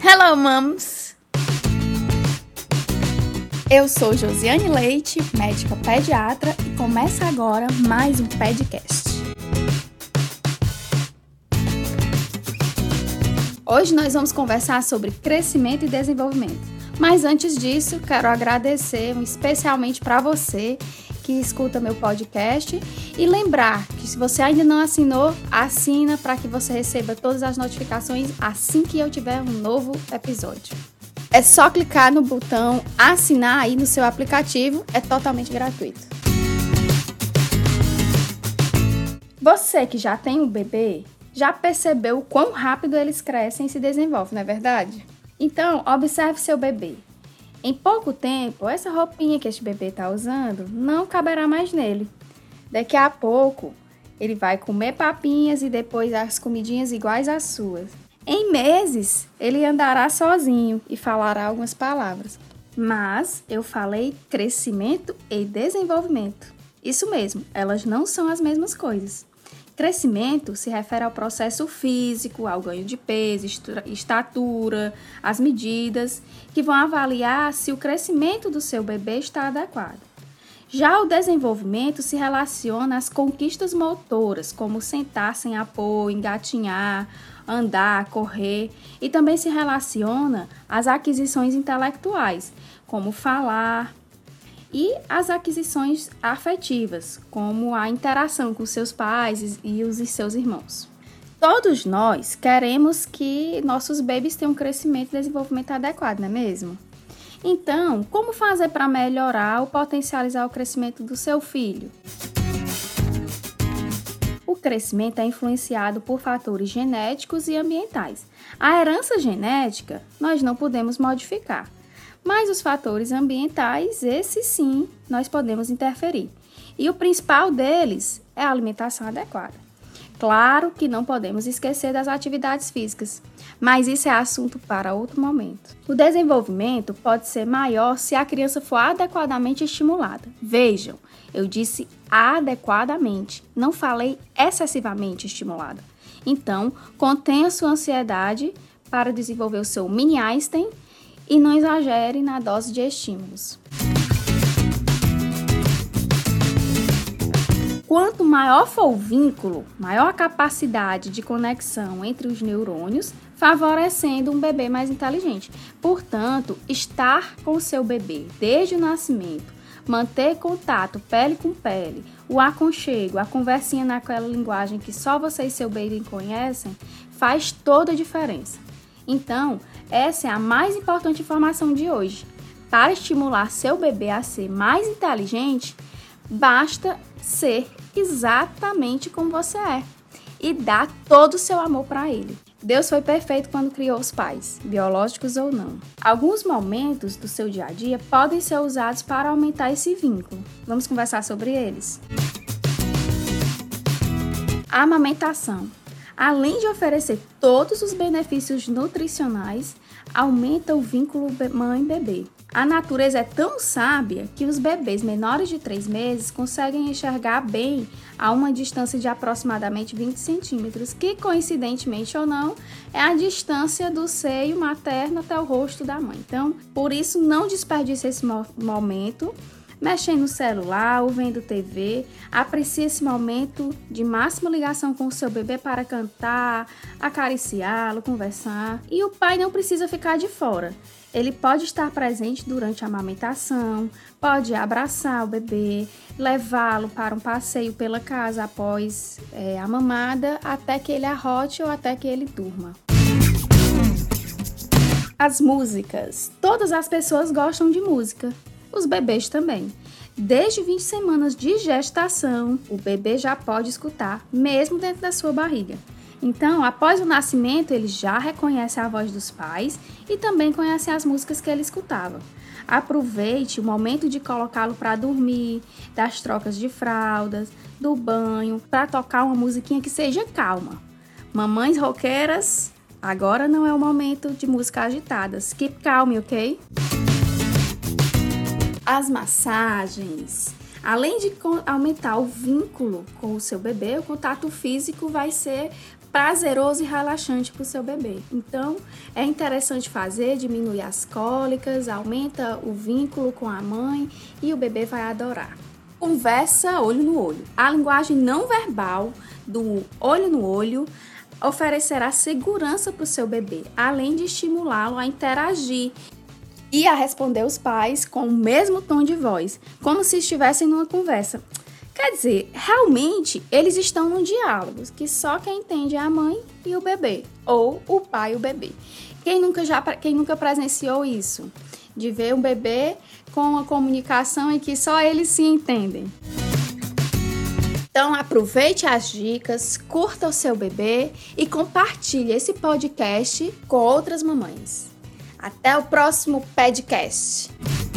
Hello, mums! Eu sou Josiane Leite, médica pediatra, e começa agora mais um Pedcast. Hoje nós vamos conversar sobre crescimento e desenvolvimento. Mas antes disso, quero agradecer especialmente para você que escuta meu podcast e lembrar que se você ainda não assinou, assina para que você receba todas as notificações assim que eu tiver um novo episódio. É só clicar no botão assinar aí no seu aplicativo, é totalmente gratuito. Você que já tem um bebê, já percebeu o quão rápido eles crescem e se desenvolvem, não é verdade? Então, observe seu bebê. Em pouco tempo, essa roupinha que este bebê está usando não caberá mais nele. Daqui a pouco, ele vai comer papinhas e depois as comidinhas iguais às suas. Em meses, ele andará sozinho e falará algumas palavras. Mas eu falei crescimento e desenvolvimento. Isso mesmo, elas não são as mesmas coisas. Crescimento se refere ao processo físico, ao ganho de peso, estatura, as medidas, que vão avaliar se o crescimento do seu bebê está adequado. Já o desenvolvimento se relaciona às conquistas motoras, como sentar sem apoio, engatinhar, andar, correr, e também se relaciona às aquisições intelectuais, como falar, e as aquisições afetivas, como a interação com seus pais e os seus irmãos. Todos nós queremos que nossos bebês tenham um crescimento e desenvolvimento adequado, não é mesmo? Então, como fazer para melhorar ou potencializar o crescimento do seu filho? O crescimento é influenciado por fatores genéticos e ambientais. A herança genética nós não podemos modificar. Mas os fatores ambientais, esses sim, nós podemos interferir. E o principal deles é a alimentação adequada. Claro que não podemos esquecer das atividades físicas, mas isso é assunto para outro momento. O desenvolvimento pode ser maior se a criança for adequadamente estimulada. Vejam, eu disse adequadamente, não falei excessivamente estimulada. Então, contenha sua ansiedade para desenvolver o seu mini Einstein e não exagere na dose de estímulos. Quanto maior for o vínculo, maior a capacidade de conexão entre os neurônios, favorecendo um bebê mais inteligente. Portanto, estar com o seu bebê desde o nascimento, manter contato pele com pele, o aconchego, a conversinha naquela linguagem que só você e seu bebê conhecem, faz toda a diferença. Então, essa é a mais importante informação de hoje. Para estimular seu bebê a ser mais inteligente, basta ser exatamente como você é e dar todo o seu amor para ele. Deus foi perfeito quando criou os pais, biológicos ou não. Alguns momentos do seu dia a dia podem ser usados para aumentar esse vínculo. Vamos conversar sobre eles? A amamentação. Além de oferecer todos os benefícios nutricionais, aumenta o vínculo mãe-bebê. A natureza é tão sábia que os bebês menores de 3 meses conseguem enxergar bem a uma distância de aproximadamente 20 centímetros, que, coincidentemente ou não, é a distância do seio materno até o rosto da mãe. Então, por isso, não desperdice esse momento mexendo no celular ou vendo TV. Aprecie esse momento de máxima ligação com o seu bebê para cantar, acariciá-lo, conversar. E o pai não precisa ficar de fora. Ele pode estar presente durante a amamentação, pode abraçar o bebê, levá-lo para um passeio pela casa após a mamada, até que ele arrote ou até que ele durma. As músicas. Todas as pessoas gostam de música. Os bebês também. Desde 20 semanas de gestação, o bebê já pode escutar, mesmo dentro da sua barriga. Então, após o nascimento, ele já reconhece a voz dos pais e também conhece as músicas que ele escutava. Aproveite o momento de colocá-lo para dormir, das trocas de fraldas, do banho, para tocar uma musiquinha que seja calma. Mamães roqueiras, agora não é o momento de música agitadas. Keep calm, ok? As massagens. Além de aumentar o vínculo com o seu bebê, o contato físico vai ser prazeroso e relaxante para o seu bebê. Então, é interessante fazer, diminuir as cólicas, aumenta o vínculo com a mãe e o bebê vai adorar. Conversa olho no olho. A linguagem não verbal do olho no olho oferecerá segurança para o seu bebê, além de estimulá-lo a interagir e a responder os pais com o mesmo tom de voz, como se estivessem numa conversa. Quer dizer, realmente eles estão num diálogo que só quem entende é a mãe e o bebê, ou o pai e o bebê. Quem nunca presenciou isso? De ver um bebê com uma comunicação em que só eles se entendem. Então aproveite as dicas, curta o seu bebê e compartilhe esse podcast com outras mamães. Até o próximo podcast!